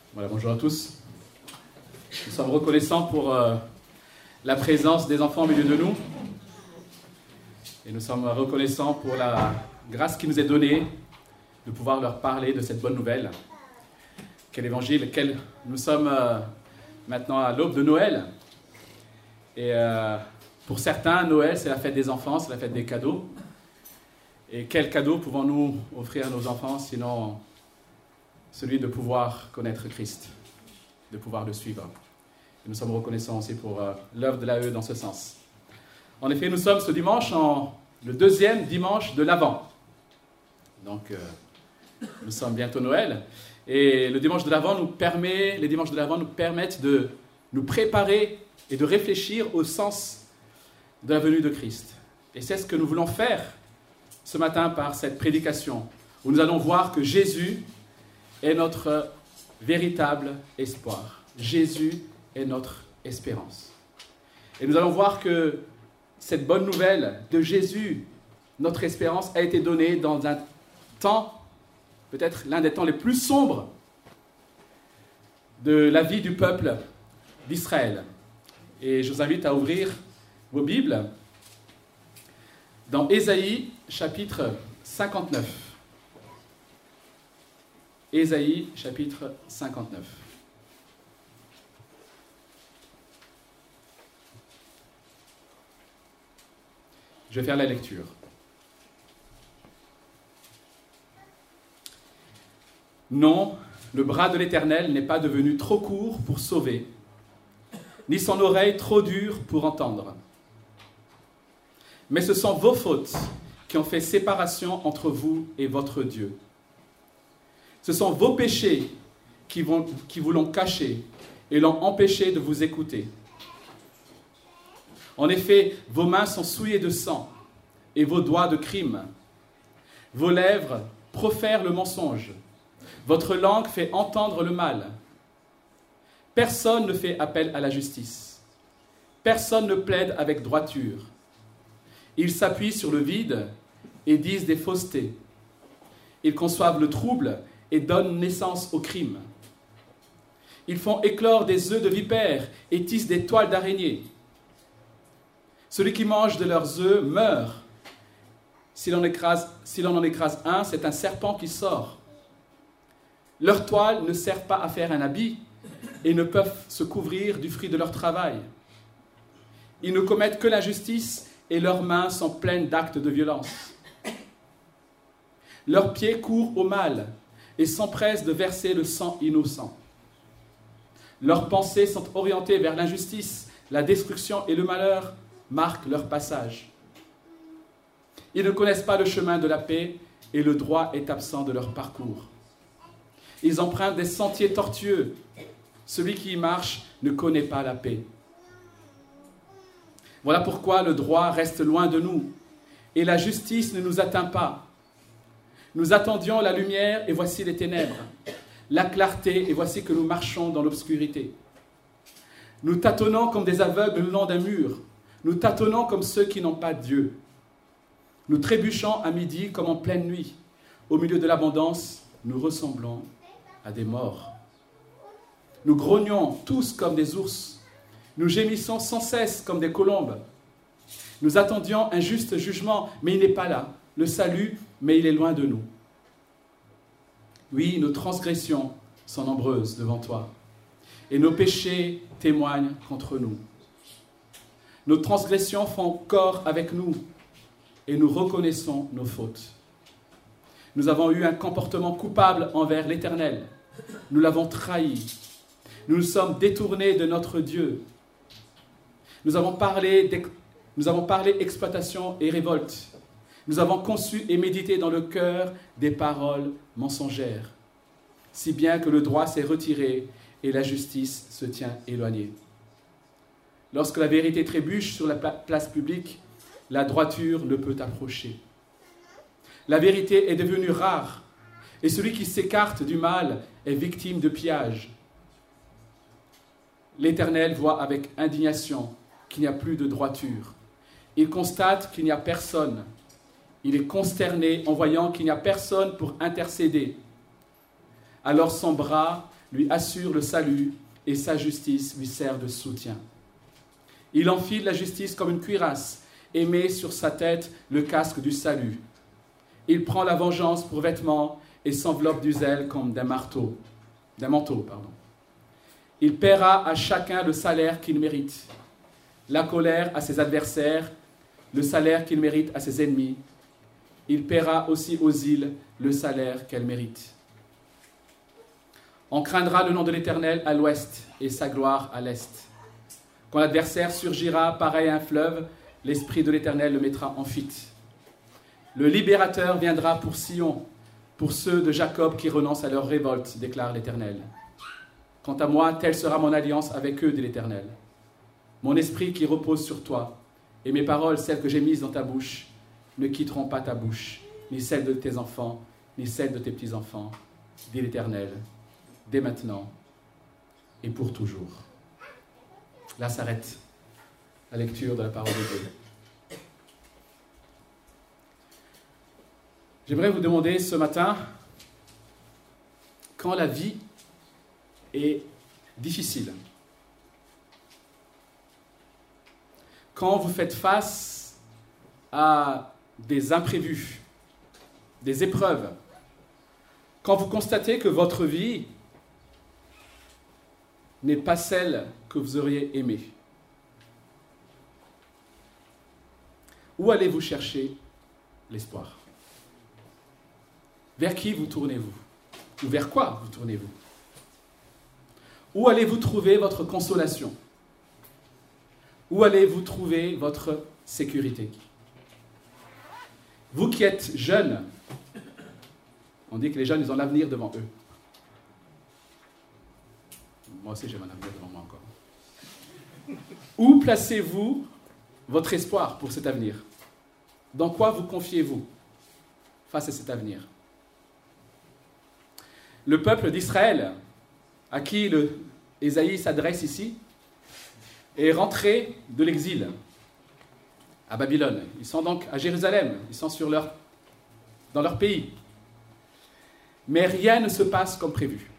Voilà, bonjour à tous. Nous sommes reconnaissants pour la présence des enfants au milieu de nous. Et nous sommes reconnaissants pour la grâce qui nous est donnée de pouvoir leur parler de cette bonne nouvelle. Quel évangile, nous sommes maintenant à l'aube de Noël. Et pour certains, Noël, c'est la fête des enfants, c'est la fête des cadeaux. Et quel cadeau pouvons-nous offrir à nos enfants, sinon celui de pouvoir connaître Christ, de pouvoir le suivre. Et nous sommes reconnaissants aussi pour l'œuvre de l'AE dans ce sens. En effet, nous sommes ce dimanche le deuxième dimanche de l'Avent. Donc, nous sommes bientôt Noël. Et les dimanches de l'Avent nous permettent de nous préparer et de réfléchir au sens de la venue de Christ. Et c'est ce que nous voulons faire ce matin par cette prédication, où nous allons voir que Jésus est notre véritable espoir. Jésus est notre espérance. Et nous allons voir que cette bonne nouvelle de Jésus, notre espérance, a été donnée dans un temps, peut-être l'un des temps les plus sombres de la vie du peuple d'Israël. Et je vous invite à ouvrir vos Bibles dans Ésaïe, chapitre 59. Ésaïe, chapitre 59. Je vais faire la lecture. Non, le bras de l'Éternel n'est pas devenu trop court pour sauver, ni son oreille trop dure pour entendre. Mais ce sont vos fautes qui ont fait séparation entre vous et votre Dieu. Ce sont vos péchés qui vous l'ont caché et l'ont empêché de vous écouter. En effet, vos mains sont souillées de sang et vos doigts de crime. Vos lèvres profèrent le mensonge. Votre langue fait entendre le mal. Personne ne fait appel à la justice. Personne ne plaide avec droiture. Ils s'appuient sur le vide et disent des faussetés. Ils conçoivent le trouble et donnent naissance au crime. Ils font éclore des œufs de vipères et tissent des toiles d'araignées. Celui qui mange de leurs œufs meurt. Si l'on en écrase un, c'est un serpent qui sort. Leurs toiles ne servent pas à faire un habit et ne peuvent se couvrir du fruit de leur travail. Ils ne commettent que l'injustice et leurs mains sont pleines d'actes de violence. Leurs pieds courent au mal et s'empressent de verser le sang innocent. Leurs pensées sont orientées vers l'injustice, la destruction et le malheur marquent leur passage. Ils ne connaissent pas le chemin de la paix et le droit est absent de leur parcours. Ils empruntent des sentiers tortueux. Celui qui y marche ne connaît pas la paix. Voilà pourquoi le droit reste loin de nous et la justice ne nous atteint pas. Nous attendions la lumière et voici les ténèbres, la clarté et voici que nous marchons dans l'obscurité. Nous tâtonnons comme des aveugles le long d'un mur. Nous tâtonnons comme ceux qui n'ont pas Dieu. Nous trébuchons à midi comme en pleine nuit. Au milieu de l'abondance, nous ressemblons à des morts. Nous grognons tous comme des ours. Nous gémissons sans cesse comme des colombes. Nous attendions un juste jugement, mais il n'est pas là. Le salut, mais il est loin de nous. Oui, nos transgressions sont nombreuses devant toi, et nos péchés témoignent contre nous. Nos transgressions font corps avec nous, et nous reconnaissons nos fautes. Nous avons eu un comportement coupable envers l'Éternel. Nous l'avons trahi. Nous nous sommes détournés de notre Dieu. Nous avons parlé exploitation et révolte. Nous avons conçu et médité dans le cœur des paroles mensongères, si bien que le droit s'est retiré et la justice se tient éloignée. Lorsque la vérité trébuche sur la place publique, la droiture ne peut approcher. La vérité est devenue rare et celui qui s'écarte du mal est victime de pillage. L'Éternel voit avec indignation qu'il n'y a plus de droiture. Il constate qu'il n'y a personne. Il est consterné en voyant qu'il n'y a personne pour intercéder. Alors son bras lui assure le salut et sa justice lui sert de soutien. Il enfile la justice comme une cuirasse et met sur sa tête le casque du salut. Il prend la vengeance pour vêtement et s'enveloppe du zèle comme d'un manteau. Il paiera à chacun le salaire qu'il mérite. La colère à ses adversaires, le salaire qu'il mérite à ses ennemis. Il paiera aussi aux îles le salaire qu'elles méritent. On craindra le nom de l'Éternel à l'ouest et sa gloire à l'est. Quand l'adversaire surgira pareil à un fleuve, l'Esprit de l'Éternel le mettra en fuite. Le libérateur viendra pour Sion, pour ceux de Jacob qui renoncent à leur révolte, déclare l'Éternel. Quant à moi, telle sera mon alliance avec eux, dit l'Éternel. Mon esprit qui repose sur toi, et mes paroles, celles que j'ai mises dans ta bouche, ne quitteront pas ta bouche, ni celles de tes enfants, ni celles de tes petits-enfants, dit l'Éternel, dès maintenant et pour toujours. Là s'arrête la lecture de la parole de Dieu. J'aimerais vous demander ce matin, quand la vie est difficile, quand vous faites face à des imprévus, des épreuves, quand vous constatez que votre vie n'est pas celle que vous auriez aimée, où allez-vous chercher l'espoir ? Vers qui vous tournez-vous ? Ou vers quoi vous tournez-vous ? Où allez-vous trouver votre consolation ? Où allez-vous trouver votre sécurité ? Vous qui êtes jeunes, on dit que les jeunes, ils ont l'avenir devant eux. Moi aussi, j'ai mon avenir devant moi encore. Où placez-vous votre espoir pour cet avenir ? Dans quoi vous confiez-vous face à cet avenir ? Le peuple d'Israël, à qui Ésaïe s'adresse ici, est rentré de l'exil à Babylone. Ils sont donc à Jérusalem, ils sont dans leur pays. Mais rien ne se passe comme prévu.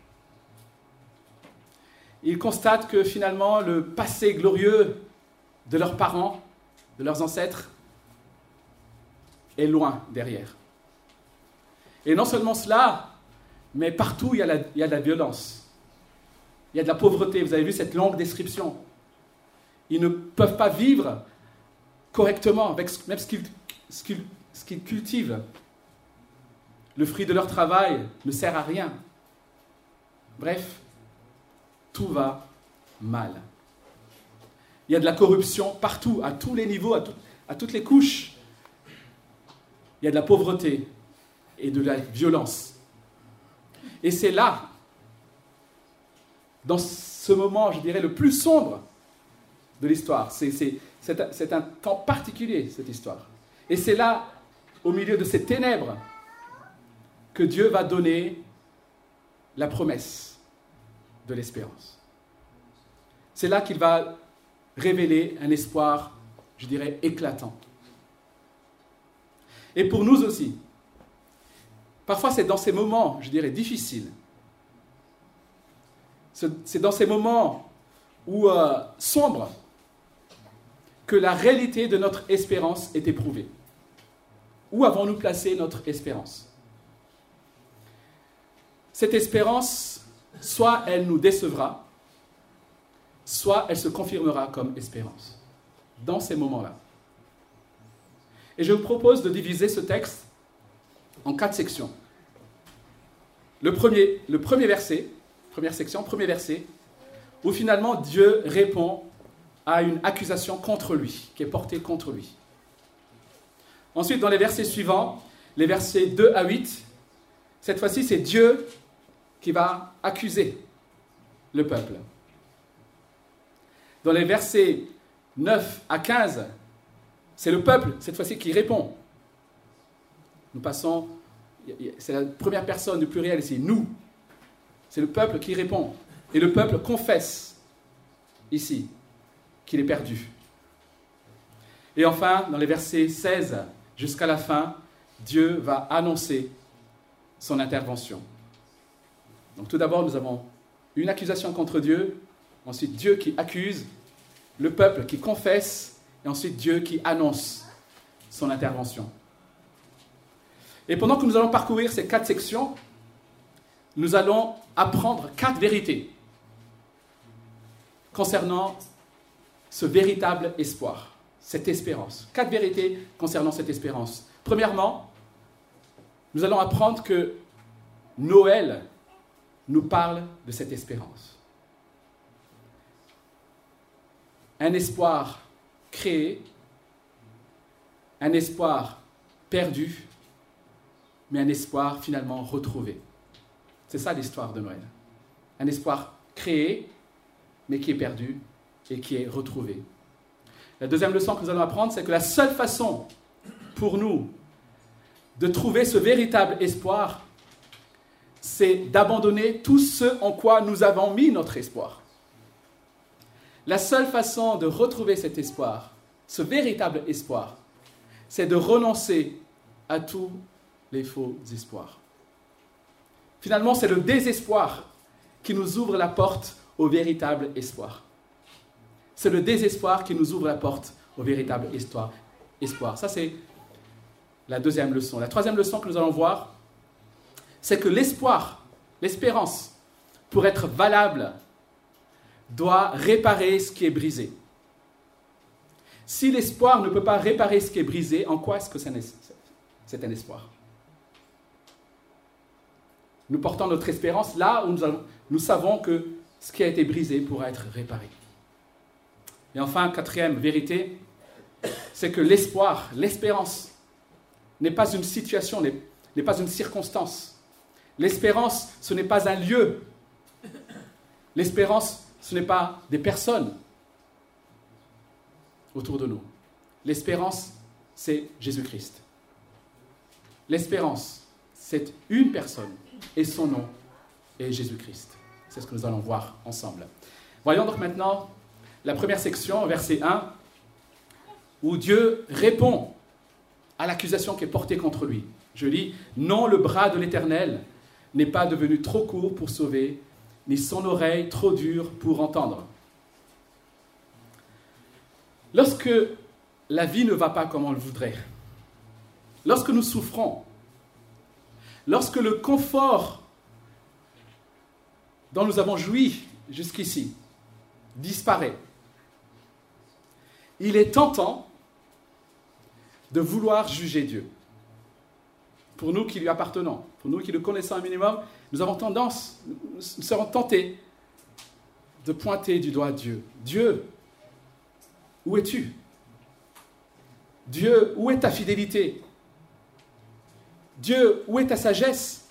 Ils constatent que finalement le passé glorieux de leurs parents, de leurs ancêtres, est loin derrière. Et non seulement cela, mais partout il y a de la violence. Il y a de la pauvreté. Vous avez vu cette longue description. Ils ne peuvent pas vivre correctement avec même ce qu'ils cultivent. Le fruit de leur travail ne sert à rien. Bref, tout va mal. Il y a de la corruption partout, à tous les niveaux, à toutes les couches. Il y a de la pauvreté et de la violence. Et c'est là, dans ce moment, je dirais, le plus sombre de l'histoire. C'est un temps particulier, cette histoire. Et c'est là, au milieu de ces ténèbres, que Dieu va donner la promesse de l'espérance. C'est là qu'il va révéler un espoir, je dirais, éclatant. Et pour nous aussi, parfois c'est dans ces moments, je dirais, difficiles, c'est dans ces moments où sombres, que la réalité de notre espérance est éprouvée. Où avons-nous placé notre espérance ? Cette espérance, soit elle nous décevra, soit elle se confirmera comme espérance. Dans ces moments-là. Et je vous propose de diviser ce texte en 4 sections. Le premier verset, première section, premier verset, où finalement Dieu répond à une accusation contre lui, qui est portée contre lui. Ensuite, dans les versets suivants, les versets 2 à 8, cette fois-ci, c'est Dieu qui va accuser le peuple. Dans les versets 9 à 15, c'est le peuple, cette fois-ci, qui répond. Nous passons, c'est la première personne du pluriel ici, nous. C'est le peuple qui répond. Et le peuple confesse, ici, qu'il est perdu. Et enfin, dans les versets 16 jusqu'à la fin, Dieu va annoncer son intervention. Donc tout d'abord, nous avons une accusation contre Dieu, ensuite Dieu qui accuse, le peuple qui confesse, et ensuite Dieu qui annonce son intervention. Et pendant que nous allons parcourir ces 4 sections, nous allons apprendre 4 vérités concernant ce véritable espoir, cette espérance. 4 vérités concernant cette espérance. Premièrement, nous allons apprendre que Noël nous parle de cette espérance. Un espoir créé, un espoir perdu, mais un espoir finalement retrouvé. C'est ça l'histoire de Noël. Un espoir créé, mais qui est perdu et qui est retrouvé. La deuxième leçon que nous allons apprendre, c'est que la seule façon pour nous de trouver ce véritable espoir, c'est d'abandonner tout ce en quoi nous avons mis notre espoir. La seule façon de retrouver cet espoir, ce véritable espoir, c'est de renoncer à tous les faux espoirs. Finalement, c'est le désespoir qui nous ouvre la porte au véritable espoir. C'est le désespoir qui nous ouvre la porte au véritable espoir. Ça, c'est la deuxième leçon. La troisième leçon que nous allons voir, c'est que l'espoir, l'espérance, pour être valable, doit réparer ce qui est brisé. Si l'espoir ne peut pas réparer ce qui est brisé, en quoi est-ce que c'est un espoir? Nous portons notre espérance là où nous savons que ce qui a été brisé pourra être réparé. Et enfin, quatrième vérité, c'est que l'espoir, l'espérance, n'est pas une situation, n'est pas une circonstance. L'espérance, ce n'est pas un lieu. L'espérance, ce n'est pas des personnes autour de nous. L'espérance, c'est Jésus-Christ. L'espérance, c'est une personne et son nom est Jésus-Christ. C'est ce que nous allons voir ensemble. Voyons donc maintenant la première section, verset 1, où Dieu répond à l'accusation qui est portée contre lui. Je lis, « Non, le bras de l'Éternel n'est pas devenu trop court pour sauver, ni son oreille trop dure pour entendre. » Lorsque la vie ne va pas comme on le voudrait, lorsque nous souffrons, lorsque le confort dont nous avons joui jusqu'ici disparaît, il est tentant de vouloir juger Dieu. Pour nous qui lui appartenons, pour nous qui le connaissons un minimum, nous avons tendance, nous serons tentés de pointer du doigt Dieu. Dieu, où es-tu? Dieu, où est ta fidélité? Dieu, où est ta sagesse?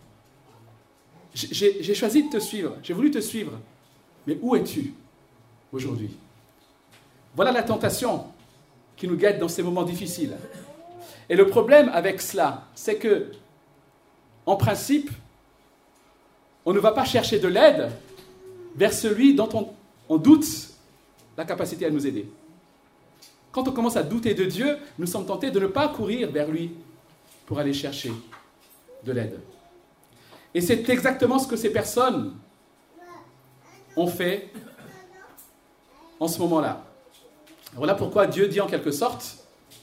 J'ai choisi de te suivre, j'ai voulu te suivre, mais où es-tu aujourd'hui? Voilà la tentation qui nous guette dans ces moments difficiles. Et le problème avec cela, c'est que, en principe, on ne va pas chercher de l'aide vers celui dont on doute la capacité à nous aider. Quand on commence à douter de Dieu, nous sommes tentés de ne pas courir vers lui pour aller chercher de l'aide. Et c'est exactement ce que ces personnes ont fait en ce moment-là. Voilà pourquoi Dieu dit en quelque sorte,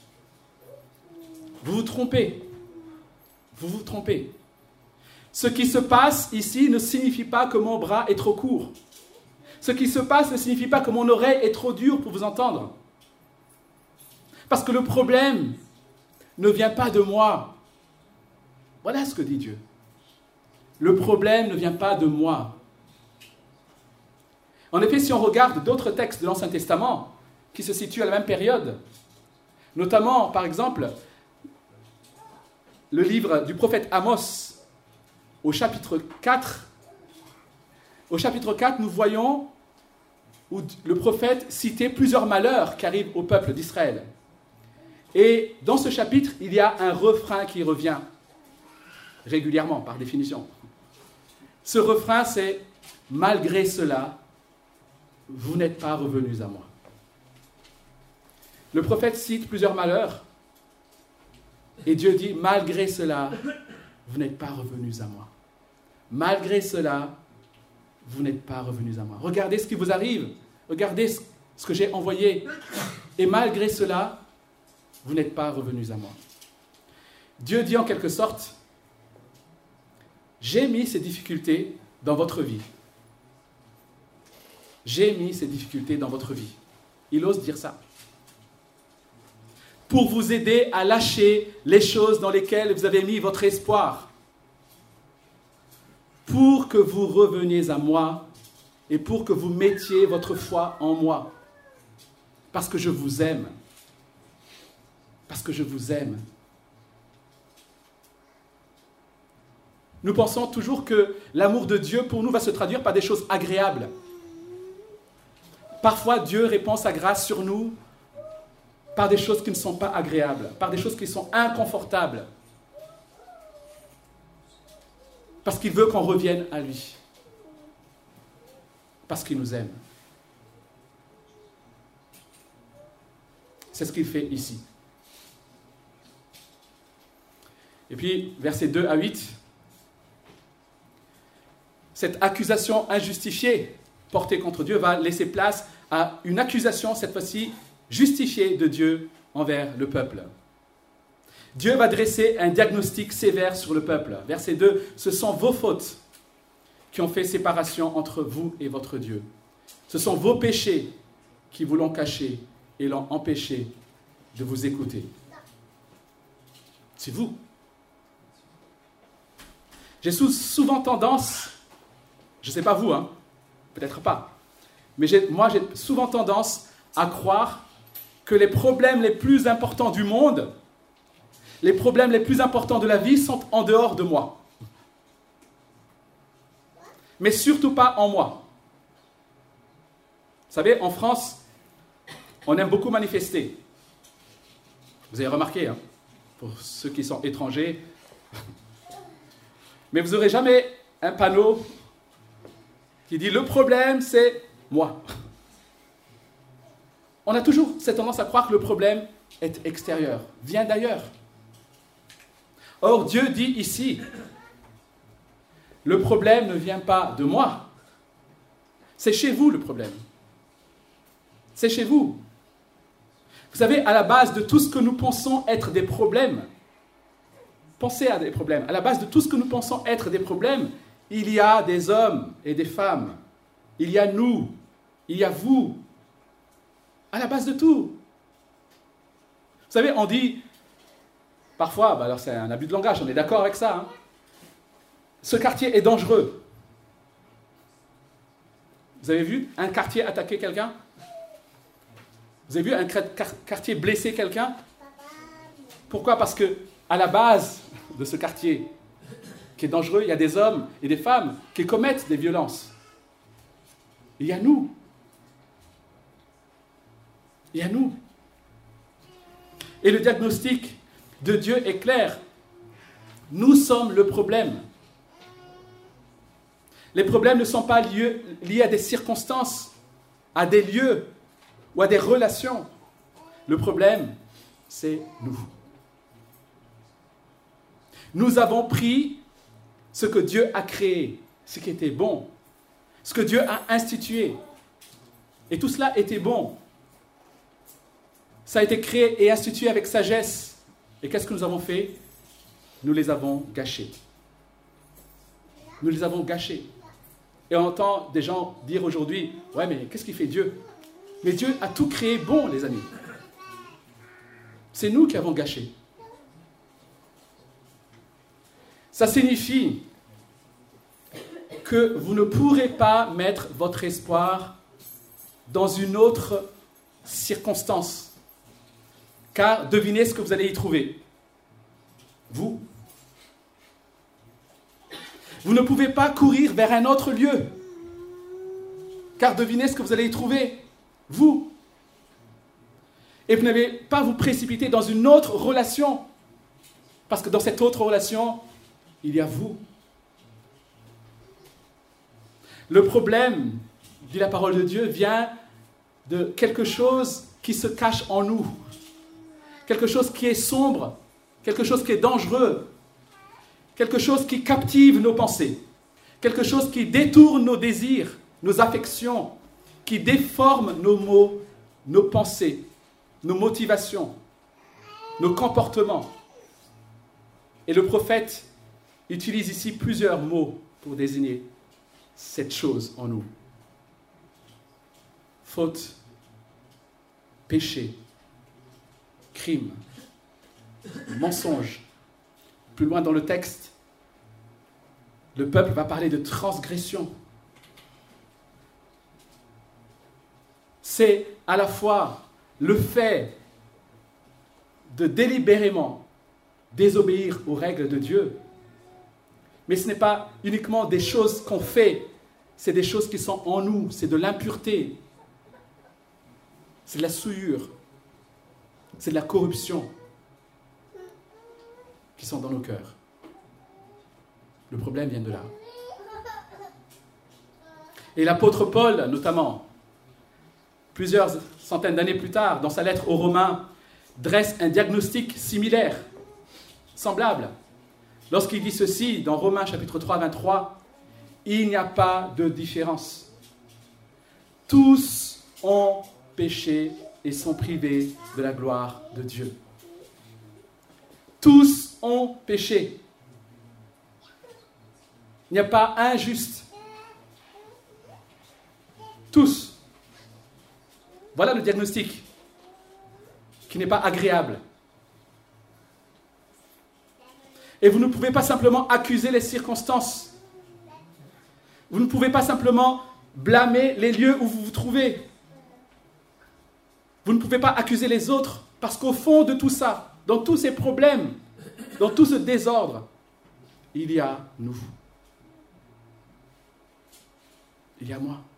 vous vous trompez. Vous vous trompez. Ce qui se passe ici ne signifie pas que mon bras est trop court. Ce qui se passe ne signifie pas que mon oreille est trop dure pour vous entendre. Parce que le problème ne vient pas de moi. Voilà ce que dit Dieu. Le problème ne vient pas de moi. En effet, si on regarde d'autres textes de l'Ancien Testament qui se situent à la même période, notamment, par exemple, le livre du prophète Amos, au chapitre 4, nous voyons où le prophète citait plusieurs malheurs qui arrivent au peuple d'Israël. Et dans ce chapitre, il y a un refrain qui revient régulièrement, par définition. Ce refrain, c'est « Malgré cela, vous n'êtes pas revenus à moi ». Le prophète cite plusieurs malheurs, et Dieu dit « Malgré cela, vous n'êtes pas revenus à moi. Malgré cela, vous n'êtes pas revenus à moi. Regardez ce qui vous arrive. Regardez ce que j'ai envoyé. Et malgré cela, vous n'êtes pas revenus à moi. Dieu dit en quelque sorte, j'ai mis ces difficultés dans votre vie. J'ai mis ces difficultés dans votre vie. Il ose dire ça. Pour vous aider à lâcher les choses dans lesquelles vous avez mis votre espoir. Pour que vous reveniez à moi et pour que vous mettiez votre foi en moi. Parce que je vous aime. Parce que je vous aime. Nous pensons toujours que l'amour de Dieu pour nous va se traduire par des choses agréables. Parfois, Dieu répand sa grâce sur nous par des choses qui ne sont pas agréables, par des choses qui sont inconfortables. Parce qu'il veut qu'on revienne à lui. Parce qu'il nous aime. C'est ce qu'il fait ici. Et puis, versets 2 à 8, cette accusation injustifiée portée contre Dieu va laisser place à une accusation, cette fois-ci, justifiée de Dieu envers le peuple. Dieu va dresser un diagnostic sévère sur le peuple. Verset 2, ce sont vos fautes qui ont fait séparation entre vous et votre Dieu. Ce sont vos péchés qui vous l'ont caché et l'ont empêché de vous écouter. C'est vous. J'ai souvent tendance, je ne sais pas vous, peut-être pas, mais moi j'ai souvent tendance à croire que les problèmes les plus importants du monde, les problèmes les plus importants de la vie sont en dehors de moi. Mais surtout pas en moi. Vous savez, en France, on aime beaucoup manifester. Vous avez remarqué, pour ceux qui sont étrangers, mais vous n'aurez jamais un panneau qui dit « Le problème, c'est moi ». On a toujours cette tendance à croire que le problème est extérieur, vient d'ailleurs. Or, Dieu dit ici, le problème ne vient pas de moi. C'est chez vous le problème. C'est chez vous. Vous savez, à la base de tout ce que nous pensons être des problèmes, pensez à des problèmes. À la base de tout ce que nous pensons être des problèmes, il y a des hommes et des femmes. Il y a nous. Il y a vous. À la base de tout. Vous savez, on dit, parfois, alors c'est un abus de langage, on est d'accord avec ça. Ce quartier est dangereux. Vous avez vu un quartier attaquer quelqu'un? Vous avez vu un quartier blesser quelqu'un? Pourquoi? Parce que à la base de ce quartier qui est dangereux, il y a des hommes et des femmes qui commettent des violences. Il y a nous. Il y a nous. Et le diagnostic de Dieu est clair. Nous sommes le problème. Les problèmes ne sont pas liés à des circonstances, à des lieux ou à des relations. Le problème, c'est nous. Nous avons pris ce que Dieu a créé, ce qui était bon, ce que Dieu a institué. Et tout cela était bon. Ça a été créé et institué avec sagesse. Et qu'est-ce que nous avons fait? Nous les avons gâchés. Nous les avons gâchés. Et on entend des gens dire aujourd'hui, ouais, mais qu'est-ce qu'il fait Dieu? Mais Dieu a tout créé bon, les amis. C'est nous qui avons gâché. Ça signifie que vous ne pourrez pas mettre votre espoir dans une autre circonstance. Car devinez ce que vous allez y trouver. Vous. Vous ne pouvez pas courir vers un autre lieu. Car devinez ce que vous allez y trouver. Vous. Et vous n'allez pas vous précipiter dans une autre relation. Parce que dans cette autre relation, il y a vous. Le problème, dit la parole de Dieu, vient de quelque chose qui se cache en nous. Quelque chose qui est sombre, quelque chose qui est dangereux, quelque chose qui captive nos pensées, quelque chose qui détourne nos désirs, nos affections, qui déforme nos mots, nos pensées, nos motivations, nos comportements. Et le prophète utilise ici plusieurs mots pour désigner cette chose en nous. Faute, péché, crime, mensonge. Plus loin dans le texte, le peuple va parler de transgression. C'est à la fois le fait de délibérément désobéir aux règles de Dieu, mais ce n'est pas uniquement des choses qu'on fait, c'est des choses qui sont en nous, c'est de l'impureté, c'est de la souillure, c'est de la corruption qui sont dans nos cœurs. Le problème vient de là. Et l'apôtre Paul, notamment, plusieurs centaines d'années plus tard, dans sa lettre aux Romains, dresse un diagnostic similaire, semblable. Lorsqu'il dit ceci, dans Romains chapitre 3, 23, « Il n'y a pas de différence. Tous ont péché et sont privés de la gloire de Dieu. » Tous ont péché. Il n'y a pas un juste. Tous. Voilà le diagnostic qui n'est pas agréable. Et vous ne pouvez pas simplement accuser les circonstances. Vous ne pouvez pas simplement blâmer les lieux où vous vous trouvez. Vous ne pouvez pas accuser les autres parce qu'au fond de tout ça, dans tous ces problèmes, dans tout ce désordre, il y a nous. Il y a moi.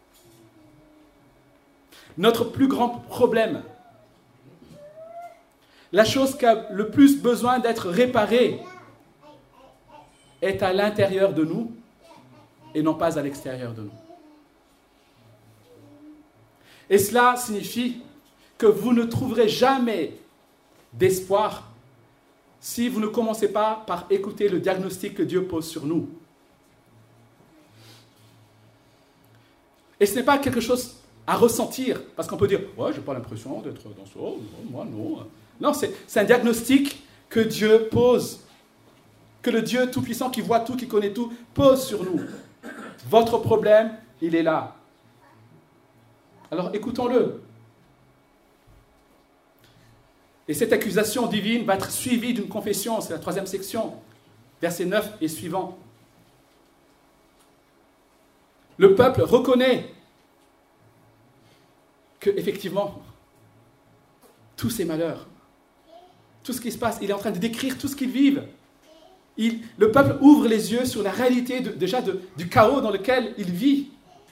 Notre plus grand problème, la chose qui a le plus besoin d'être réparée, est à l'intérieur de nous et non pas à l'extérieur de nous. Et cela signifie que vous ne trouverez jamais d'espoir si vous ne commencez pas par écouter le diagnostic que Dieu pose sur nous. Et ce n'est pas quelque chose à ressentir, parce qu'on peut dire « Ouais, je n'ai pas l'impression d'être dans ce... Oh, moi, non. » Non, c'est un diagnostic que Dieu pose, que le Dieu Tout-Puissant qui voit tout, qui connaît tout, pose sur nous. Votre problème, il est là. Alors écoutons-le. Et cette accusation divine va être suivie d'une confession, c'est la 3e section, versets 9 et suivants. Le peuple reconnaît que, effectivement, tous ces malheurs, tout ce qui se passe, il est en train de décrire tout ce qu'ils vivent. Le peuple ouvre les yeux sur la réalité du chaos dans lequel il vit.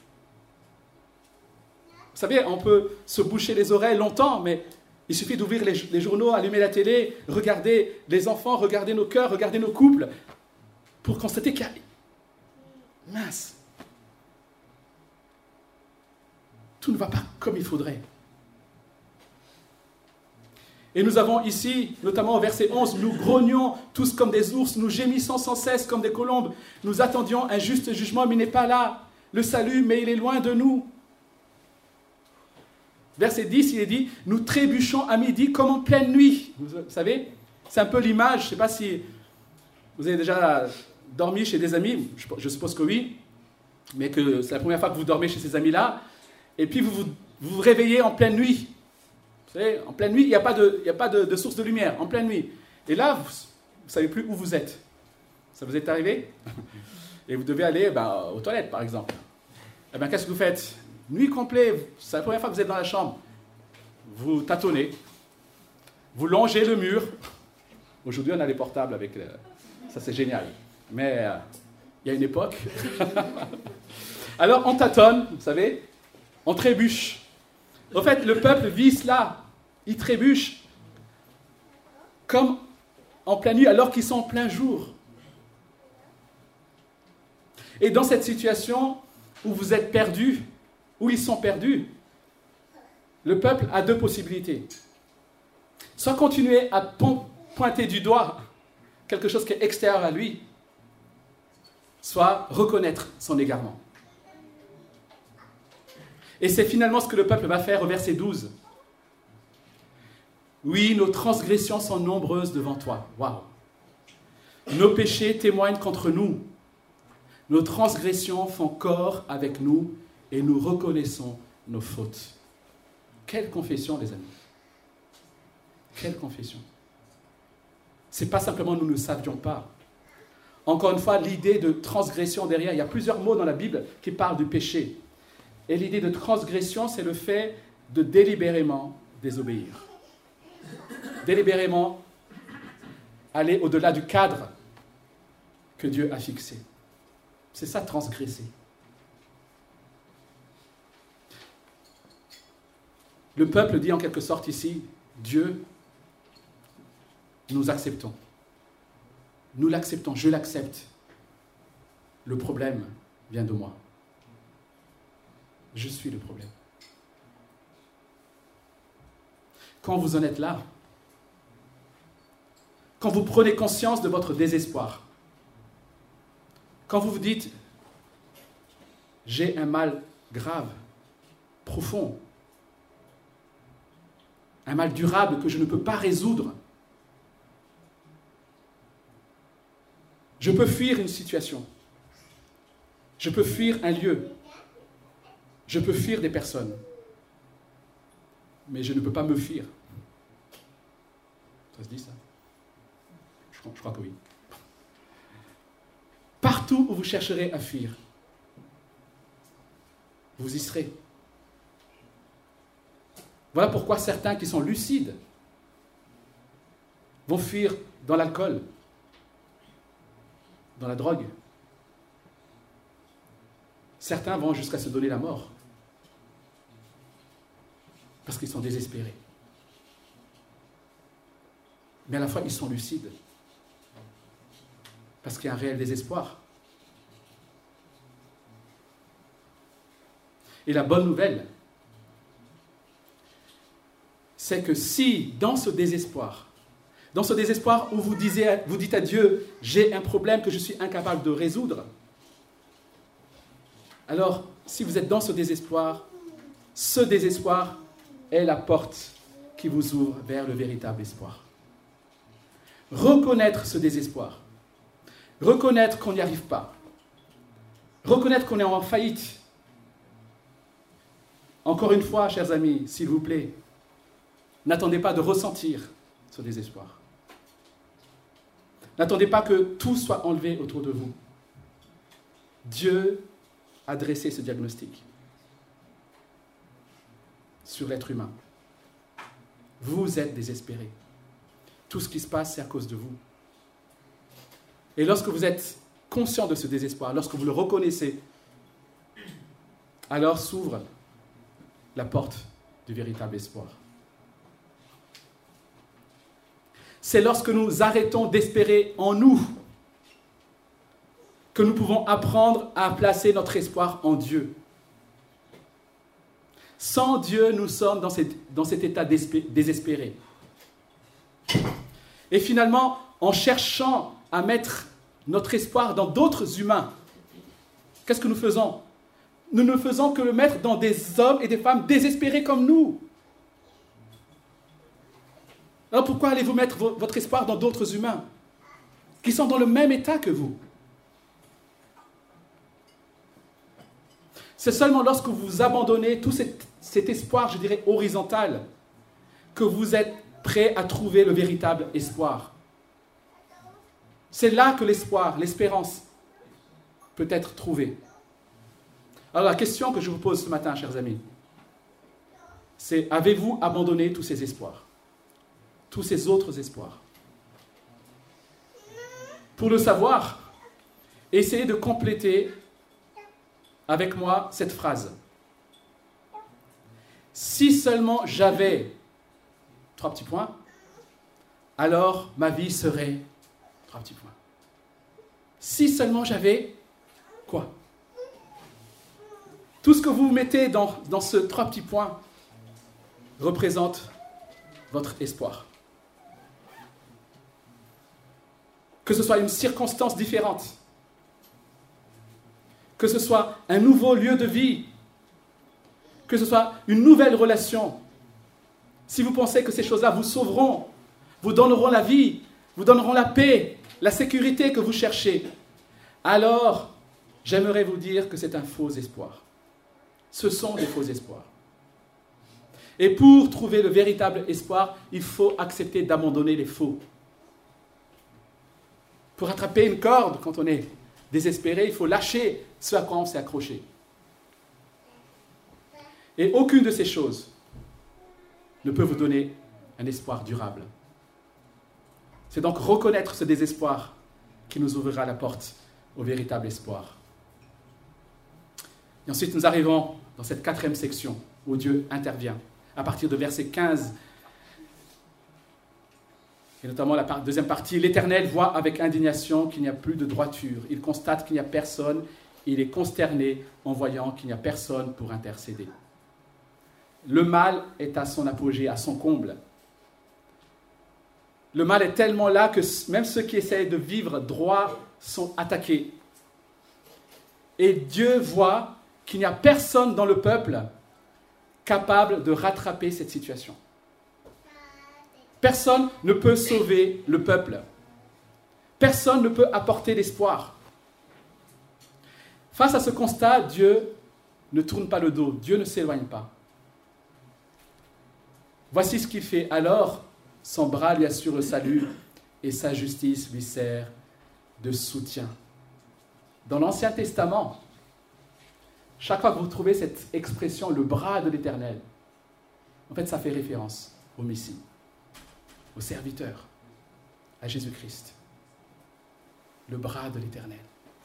Vous savez, on peut se boucher les oreilles longtemps, mais il suffit d'ouvrir les journaux, allumer la télé, regarder les enfants, regarder nos cœurs, regarder nos couples, pour constater qu'il y a... Mince. Tout ne va pas comme il faudrait. Et nous avons ici, notamment au verset 11, nous grognions tous comme des ours, nous gémissons sans cesse comme des colombes. Nous attendions un juste jugement, mais il n'est pas là. Le salut, mais il est loin de nous. Verset 10, il est dit, nous trébuchons à midi comme en pleine nuit. Vous savez, c'est un peu l'image, je ne sais pas si vous avez déjà dormi chez des amis, je suppose que oui, mais que c'est la première fois que vous dormez chez ces amis-là, et puis vous vous réveillez en pleine nuit. Vous savez, en pleine nuit, il n'y a pas de source de lumière, en pleine nuit. Et là, vous ne savez plus où vous êtes. Ça vous est arrivé? Et vous devez aller aux toilettes, par exemple. Eh bien, qu'est-ce que vous faites? Nuit complète, c'est la première fois que vous êtes dans la chambre. Vous tâtonnez, vous longez le mur. Aujourd'hui, on a les portables avec... Ça, c'est génial. Mais il y a une époque. Alors, on tâtonne, vous savez, on trébuche. En fait, le peuple vit cela. Il trébuche comme en pleine nuit, alors qu'ils sont en plein jour. Et dans cette situation où vous êtes perdus, où ils sont perdus, le peuple a deux possibilités. Soit continuer à pointer du doigt quelque chose qui est extérieur à lui, soit reconnaître son égarement. Et c'est finalement ce que le peuple va faire au verset 12. Oui, nos transgressions sont nombreuses devant toi. Waouh! Nos péchés témoignent contre nous. Nos transgressions font corps avec nous et nous reconnaissons nos fautes. Quelle confession, les amis! Quelle confession! Ce n'est pas simplement nous ne savions pas. Encore une fois, l'idée de transgression derrière, il y a plusieurs mots dans la Bible qui parlent du péché. Et l'idée de transgression, c'est le fait de délibérément désobéir. Délibérément aller au-delà du cadre que Dieu a fixé. C'est ça, transgresser. Le peuple dit en quelque sorte ici, Dieu, nous acceptons. Nous l'acceptons, je l'accepte. Le problème vient de moi. Je suis le problème. Quand vous en êtes là, quand vous prenez conscience de votre désespoir, quand vous vous dites, j'ai un mal grave, profond, un mal durable que je ne peux pas résoudre, je peux fuir une situation, je peux fuir un lieu, je peux fuir des personnes, mais je ne peux pas me fuir. Ça se dit ça? Je crois que oui. Partout où vous chercherez à fuir, vous y serez. Voilà pourquoi certains qui sont lucides vont fuir dans l'alcool, dans la drogue. Certains vont jusqu'à se donner la mort parce qu'ils sont désespérés. Mais à la fois, ils sont lucides parce qu'il y a un réel désespoir. Et la bonne nouvelle, c'est que si dans ce désespoir où vous dites à Dieu, j'ai un problème que je suis incapable de résoudre, alors si vous êtes dans ce désespoir est la porte qui vous ouvre vers le véritable espoir. Reconnaître ce désespoir, reconnaître qu'on n'y arrive pas, reconnaître qu'on est en faillite. Encore une fois, chers amis, s'il vous plaît, n'attendez pas de ressentir ce désespoir. N'attendez pas que tout soit enlevé autour de vous. Dieu a dressé ce diagnostic sur l'être humain. Vous êtes désespéré. Tout ce qui se passe, c'est à cause de vous. Et lorsque vous êtes conscient de ce désespoir, lorsque vous le reconnaissez, alors s'ouvre la porte du véritable espoir. C'est lorsque nous arrêtons d'espérer en nous que nous pouvons apprendre à placer notre espoir en Dieu. Sans Dieu, nous sommes dans cet état désespéré. Et finalement, en cherchant à mettre notre espoir dans d'autres humains, qu'est-ce que nous faisons? Nous ne faisons que le mettre dans des hommes et des femmes désespérés comme nous. Alors pourquoi allez-vous mettre votre espoir dans d'autres humains qui sont dans le même état que vous? C'est seulement lorsque vous abandonnez tout cet espoir, je dirais, horizontal, que vous êtes prêt à trouver le véritable espoir. C'est là que l'espoir, l'espérance peut être trouvée. Alors la question que je vous pose ce matin, chers amis, c'est: avez-vous abandonné tous ces espoirs, tous ces autres espoirs? Pour le savoir, essayez de compléter avec moi cette phrase. Si seulement j'avais, 3 petits points, alors ma vie serait, 3 petits points. Si seulement j'avais, quoi? Tout ce que vous mettez dans ce 3 petits points représente votre espoir. Que ce soit une circonstance différente, que ce soit un nouveau lieu de vie, que ce soit une nouvelle relation, si vous pensez que ces choses-là vous sauveront, vous donneront la vie, vous donneront la paix, la sécurité que vous cherchez, alors j'aimerais vous dire que c'est un faux espoir. Ce sont des faux espoirs. Et pour trouver le véritable espoir, il faut accepter d'abandonner les faux. Pour attraper une corde, quand on est désespéré, il faut lâcher ce à quoi on s'est accroché. Et aucune de ces choses ne peut vous donner un espoir durable. C'est donc reconnaître ce désespoir qui nous ouvrira la porte au véritable espoir. Et ensuite, nous arrivons dans cette 4e section où Dieu intervient. À partir de verset 15, et notamment la deuxième partie, l'Éternel voit avec indignation qu'il n'y a plus de droiture. Il constate qu'il n'y a personne. Il est consterné en voyant qu'il n'y a personne pour intercéder. Le mal est à son apogée, à son comble. Le mal est tellement là que même ceux qui essayent de vivre droit sont attaqués. Et Dieu voit qu'il n'y a personne dans le peuple capable de rattraper cette situation. Personne ne peut sauver le peuple. Personne ne peut apporter l'espoir. Face à ce constat, Dieu ne tourne pas le dos. Dieu ne s'éloigne pas. Voici ce qu'il fait. Alors, son bras lui assure le salut et sa justice lui sert de soutien. Dans l'Ancien Testament, chaque fois que vous trouvez cette expression, le bras de l'Éternel, en fait, ça fait référence au Messie, au serviteur, à Jésus-Christ. Le bras de l'Éternel.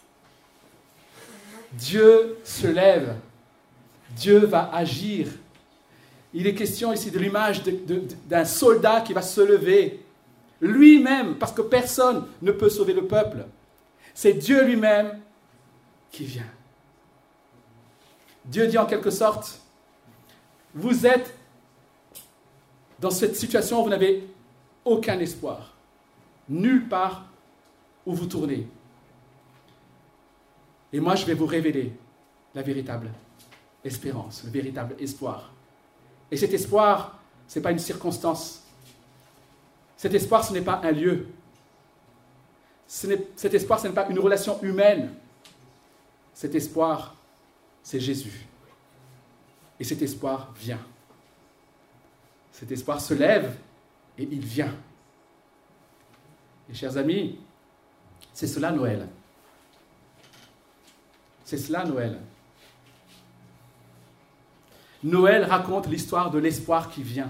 Dieu se lève. Dieu va agir. Il est question ici de l'image d'un soldat qui va se lever lui-même, parce que personne ne peut sauver le peuple. C'est Dieu lui-même qui vient. Dieu dit en quelque sorte, vous êtes dans cette situation où vous n'avez aucun espoir, nulle part où vous tournez. Et moi, je vais vous révéler la véritable espérance, le véritable espoir. Et cet espoir, ce n'est pas une circonstance. Cet espoir, ce n'est pas un lieu. Cet espoir, ce n'est pas une relation humaine. Cet espoir, c'est Jésus. Et cet espoir vient. Cet espoir se lève et il vient. Et chers amis, c'est cela Noël. C'est cela Noël. Noël raconte l'histoire de l'espoir qui vient.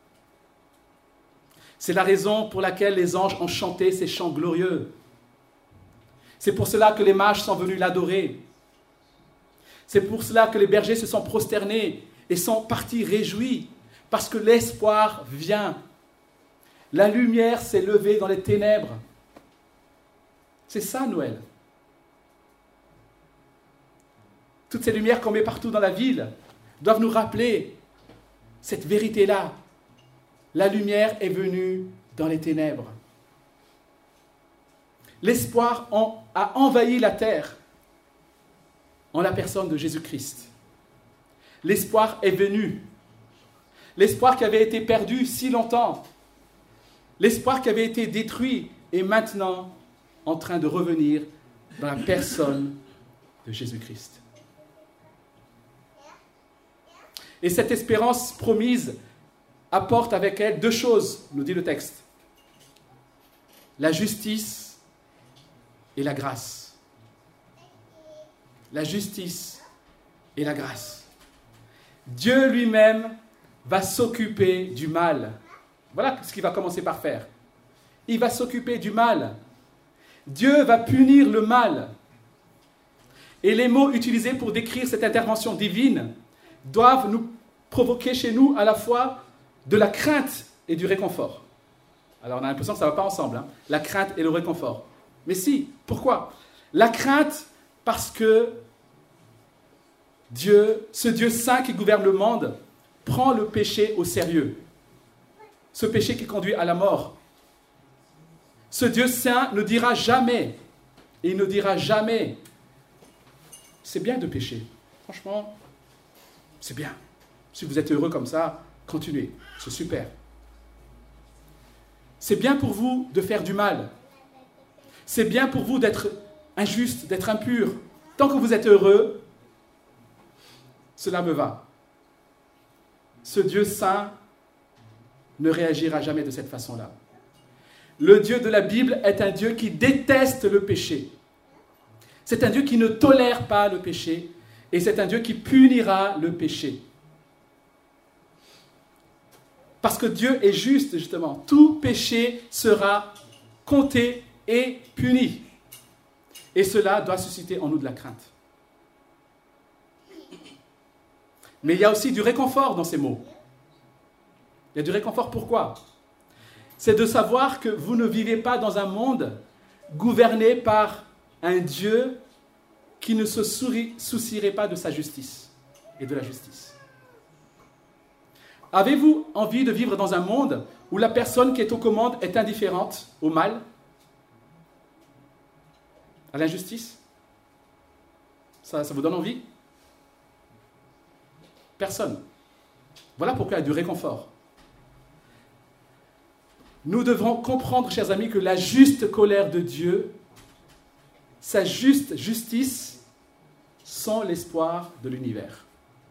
C'est la raison pour laquelle les anges ont chanté ces chants glorieux. C'est pour cela que les mages sont venus l'adorer. C'est pour cela que les bergers se sont prosternés et sont partis réjouis, parce que l'espoir vient. La lumière s'est levée dans les ténèbres. C'est ça Noël. Toutes ces lumières qu'on met partout dans la ville doivent nous rappeler cette vérité-là. La lumière est venue dans les ténèbres. L'espoir a envahi la terre en la personne de Jésus-Christ. L'espoir est venu. L'espoir qui avait été perdu si longtemps. L'espoir qui avait été détruit est maintenant en train de revenir dans la personne de Jésus-Christ. Et cette espérance promise apporte avec elle deux choses, nous dit le texte. La justice et la grâce. La justice et la grâce. Dieu lui-même va s'occuper du mal. Voilà ce qu'il va commencer par faire. Il va s'occuper du mal. Dieu va punir le mal. Et les mots utilisés pour décrire cette intervention divine doivent nous provoquer chez nous à la fois de la crainte et du réconfort. Alors on a l'impression que ça ne va pas ensemble, hein, la crainte et le réconfort. Mais si, pourquoi ? La crainte parce que Dieu, ce Dieu saint qui gouverne le monde, prend le péché au sérieux. Ce péché qui conduit à la mort. Ce Dieu saint ne dira jamais, et il ne dira jamais, c'est bien de pécher. Franchement, c'est bien. Si vous êtes heureux comme ça, continuez. C'est super. C'est bien pour vous de faire du mal. C'est bien pour vous d'être injuste, d'être impur. Tant que vous êtes heureux, cela me va. Ce Dieu saint ne réagira jamais de cette façon-là. Le Dieu de la Bible est un Dieu qui déteste le péché. C'est un Dieu qui ne tolère pas le péché et c'est un Dieu qui punira le péché. Parce que Dieu est juste, justement. Tout péché sera compté et puni. Et cela doit susciter en nous de la crainte. Mais il y a aussi du réconfort dans ces mots. Il y a du réconfort, pourquoi ? C'est de savoir que vous ne vivez pas dans un monde gouverné par un Dieu qui ne se soucierait pas de sa justice et de la justice. Avez-vous envie de vivre dans un monde où la personne qui est aux commandes est indifférente au mal, à l'injustice ? Ça vous donne envie ? Personne. Voilà pourquoi il y a du réconfort. Nous devrons comprendre, chers amis, que la juste colère de Dieu, sa juste justice, sont l'espoir de l'univers.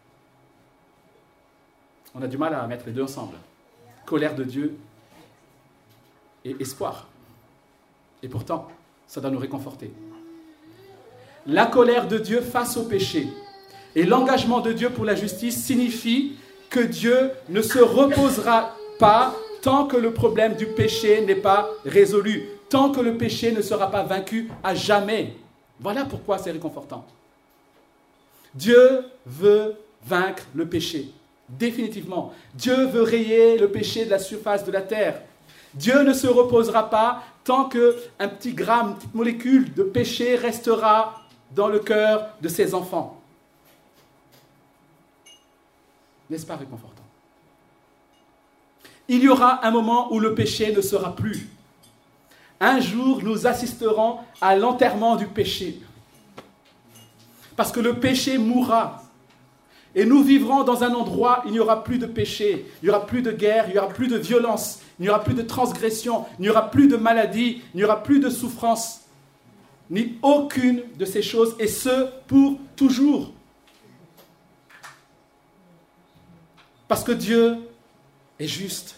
On a du mal à mettre les deux ensemble. Colère de Dieu et espoir. Et pourtant, ça doit nous réconforter. La colère de Dieu face au péché et l'engagement de Dieu pour la justice signifie que Dieu ne se reposera pas tant que le problème du péché n'est pas résolu, tant que le péché ne sera pas vaincu à jamais. Voilà pourquoi c'est réconfortant. Dieu veut vaincre le péché, définitivement. Dieu veut rayer le péché de la surface de la terre. Dieu ne se reposera pas tant qu'un petit gramme, une petite molécule de péché restera dans le cœur de ses enfants. N'est-ce pas réconfortant ? Il y aura un moment où le péché ne sera plus. Un jour, nous assisterons à l'enterrement du péché. Parce que le péché mourra. Et nous vivrons dans un endroit où il n'y aura plus de péché, il n'y aura plus de guerre, il n'y aura plus de violence, il n'y aura plus de transgression, il n'y aura plus de maladie, il n'y aura plus de souffrance, ni aucune de ces choses, et ce, pour toujours. Parce que Dieu est juste.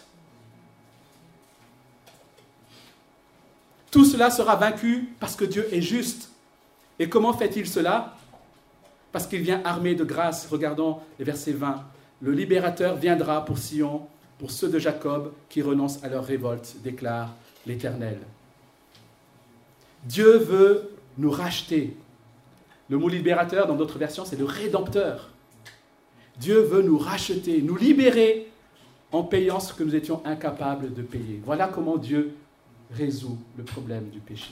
Tout cela sera vaincu parce que Dieu est juste. Et comment fait-il cela ? Parce qu'il vient armé de grâce. Regardons les versets 20. Le libérateur viendra pour Sion, pour ceux de Jacob qui renoncent à leur révolte, déclare l'Éternel. Dieu veut nous racheter. Le mot libérateur, dans d'autres versions, c'est le rédempteur. Dieu veut nous racheter, nous libérer en payant ce que nous étions incapables de payer. Voilà comment Dieu résout le problème du péché.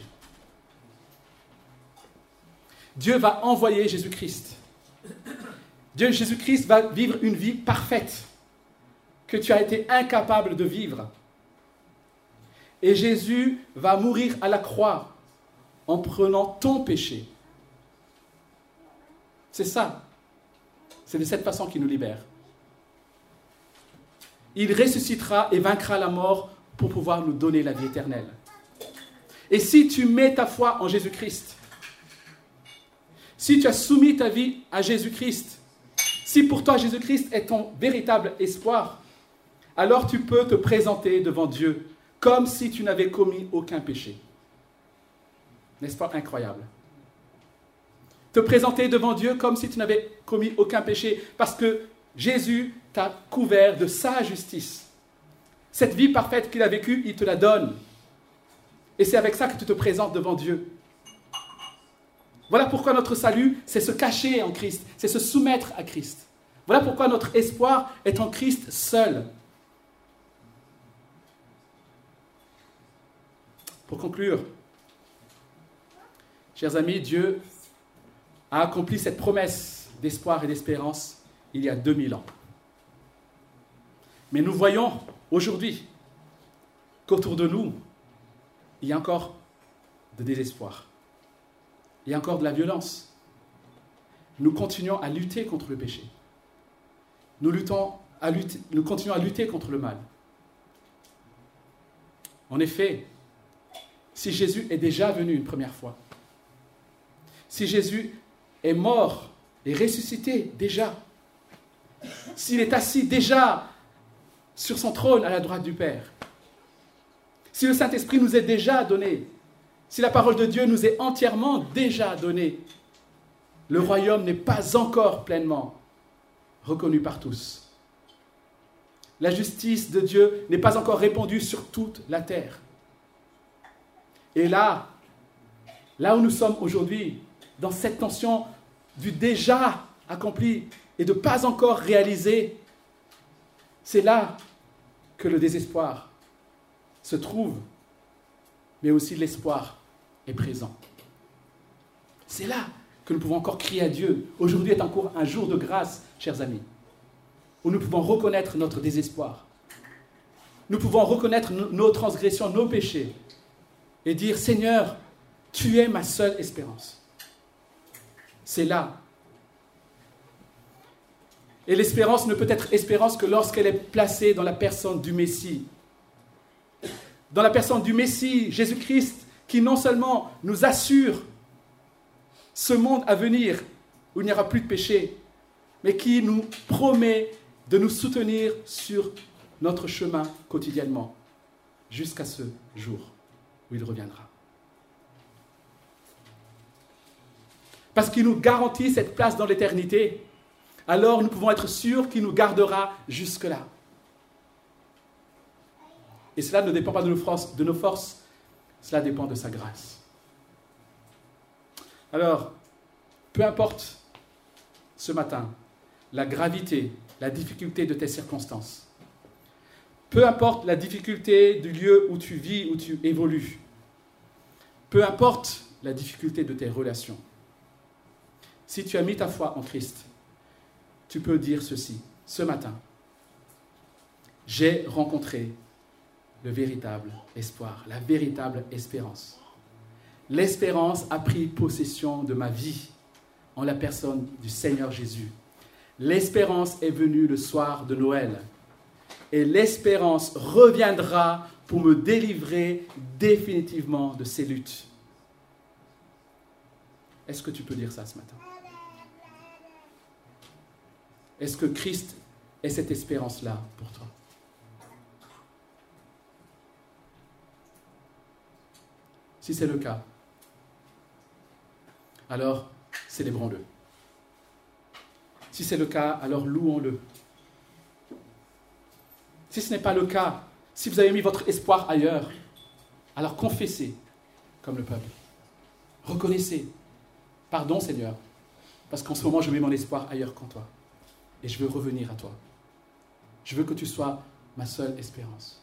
Dieu va envoyer Jésus-Christ. Jésus-Christ va vivre une vie parfaite que tu as été incapable de vivre. Et Jésus va mourir à la croix en prenant ton péché. C'est ça. C'est de cette façon qu'il nous libère. Il ressuscitera et vaincra la mort pour pouvoir nous donner la vie éternelle. Et si tu mets ta foi en Jésus-Christ, si tu as soumis ta vie à Jésus-Christ, si pour toi Jésus-Christ est ton véritable espoir, alors tu peux te présenter devant Dieu comme si tu n'avais commis aucun péché. N'est-ce pas incroyable ? Te présenter devant Dieu comme si tu n'avais commis aucun péché, parce que Jésus t'a couvert de sa justice. Cette vie parfaite qu'il a vécue, il te la donne. Et c'est avec ça que tu te présentes devant Dieu. Voilà pourquoi notre salut, c'est se cacher en Christ, c'est se soumettre à Christ. Voilà pourquoi notre espoir est en Christ seul. Pour conclure, chers amis, Dieu a accompli cette promesse d'espoir et d'espérance il y a 2000 ans. Mais nous voyons aujourd'hui qu'autour de nous, il y a encore de désespoir. Il y a encore de la violence. nous continuons à lutter contre le péché. Nous continuons à lutter contre le mal. En effet, si Jésus est déjà venu une première fois, si Jésus est mort et ressuscité déjà, s'il est assis déjà sur son trône à la droite du Père, si le Saint-Esprit nous est déjà donné, si la parole de Dieu nous est entièrement déjà donnée, le royaume n'est pas encore pleinement reconnu par tous. La justice de Dieu n'est pas encore répandue sur toute la terre. Et là où nous sommes aujourd'hui, dans cette tension du déjà accompli et de pas encore réalisé, c'est là que le désespoir se trouve, mais aussi l'espoir est présent. C'est là que nous pouvons encore crier à Dieu. Aujourd'hui est encore un jour de grâce, chers amis, où nous pouvons reconnaître notre désespoir. Nous pouvons reconnaître nos transgressions, nos péchés, et dire, Seigneur, tu es ma seule espérance. C'est là. Et l'espérance ne peut être espérance que lorsqu'elle est placée dans la personne du Messie. Dans la personne du Messie, Jésus-Christ, qui non seulement nous assure ce monde à venir où il n'y aura plus de péché, mais qui nous promet de nous soutenir sur notre chemin quotidiennement, jusqu'à ce jour où il reviendra. Parce qu'il nous garantit cette place dans l'éternité, alors nous pouvons être sûrs qu'il nous gardera jusque-là. Et cela ne dépend pas de nos forces, cela dépend de sa grâce. Alors, peu importe ce matin la gravité, la difficulté de tes circonstances, peu importe la difficulté du lieu où tu vis, où tu évolues, peu importe la difficulté de tes relations, si tu as mis ta foi en Christ, tu peux dire ceci, ce matin, j'ai rencontré le véritable espoir, la véritable espérance. L'espérance a pris possession de ma vie en la personne du Seigneur Jésus. L'espérance est venue le soir de Noël et l'espérance reviendra pour me délivrer définitivement de ces luttes. Est-ce que tu peux dire ça ce matin? Est-ce que Christ est cette espérance-là pour toi? Si c'est le cas, alors célébrons-le. Si c'est le cas, alors louons-le. Si ce n'est pas le cas, si vous avez mis votre espoir ailleurs, alors confessez comme le peuple. Reconnaissez. Pardon Seigneur, parce qu'en ce moment je mets mon espoir ailleurs qu'en toi. Et je veux revenir à toi. Je veux que tu sois ma seule espérance.